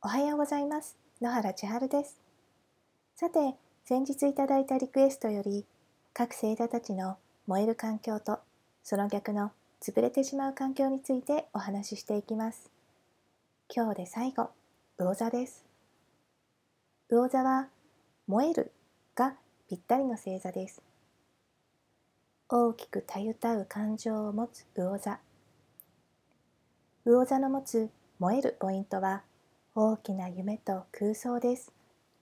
おはようございます。野原千春です。さて、先日いただいたリクエストより、各星座たちの燃える環境と、その逆の潰れてしまう環境についてお話ししていきます。今日で最後、魚座です。魚座は、燃えるがぴったりの星座です。大きくたゆたう感情を持つ魚座。魚座の持つ燃えるポイントは、大きな夢と空想です。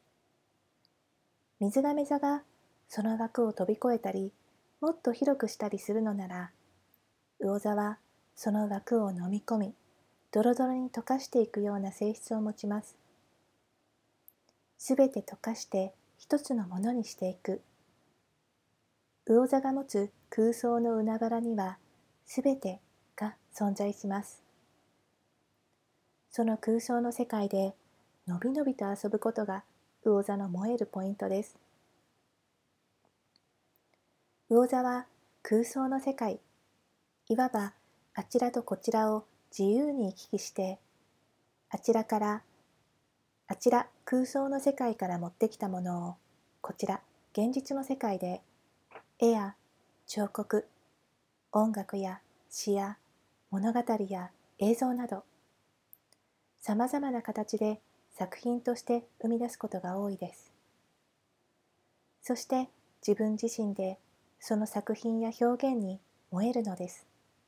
水亀座がその枠を飛び越えたり、もっと広くしたりするのなら、魚座はその枠を飲み込み、ドロドロに溶かしていくような性質を持ちます。すべて溶かして一つのものにしていく。魚座が持つ空想の海原には、すべてが存在します。その空想の世界で、のびのびと遊ぶことが魚座の燃えるポイントです。魚座は空想の世界、いわばあちらとこちらを自由に行き来して、あちらからあちら空想の世界から持ってきたものをこちら現実の世界で絵や彫刻、音楽や詩や物語や映像などさまざまな形で作品として生み出すことが多いです。そして自分自身でその作品や表現に燃えるのです。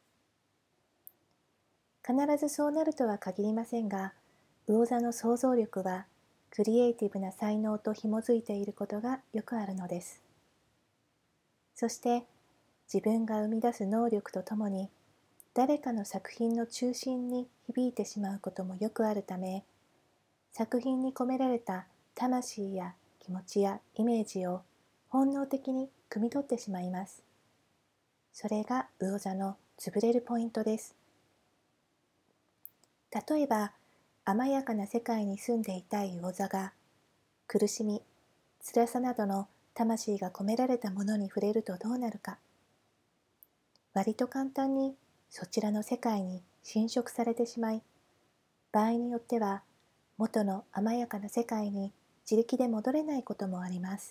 必ずそうなるとは限りませんが、魚座の想像力はクリエイティブな才能と紐づいていることがよくあるのです。そして自分が生み出す能力とともに誰かの作品の中心に響いてしまうこともよくあるため、作品に込められた魂や気持ちやイメージを本能的に汲み取ってしまいます。それが魚座の潰れるポイントです。例えば、甘やかな世界に住んでいたい魚座が、苦しみ、辛さなどの魂が込められたものに触れるとどうなるか。割と簡単にそちらの世界に侵食されてしまい、場合によっては元の甘やかな世界に自力で戻れないこともあります。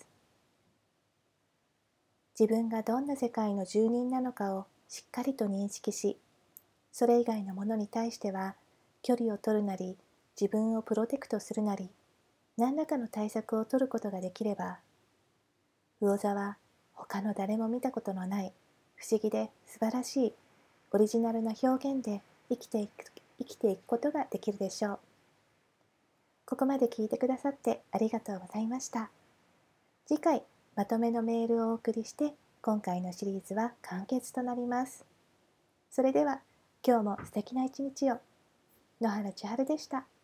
自分がどんな世界の住人なのかをしっかりと認識し、それ以外のものに対しては距離を取るなり、自分をプロテクトするなり、何らかの対策を取ることができれば、魚座は他の誰も見たことのない不思議で素晴らしいオリジナルな表現で生きていくことができるでしょう。ここまで聞いてくださってありがとうございました。次回、まとめのメールをお送りして、今回のシリーズは完結となります。それでは、今日も素敵な一日を。野原千春でした。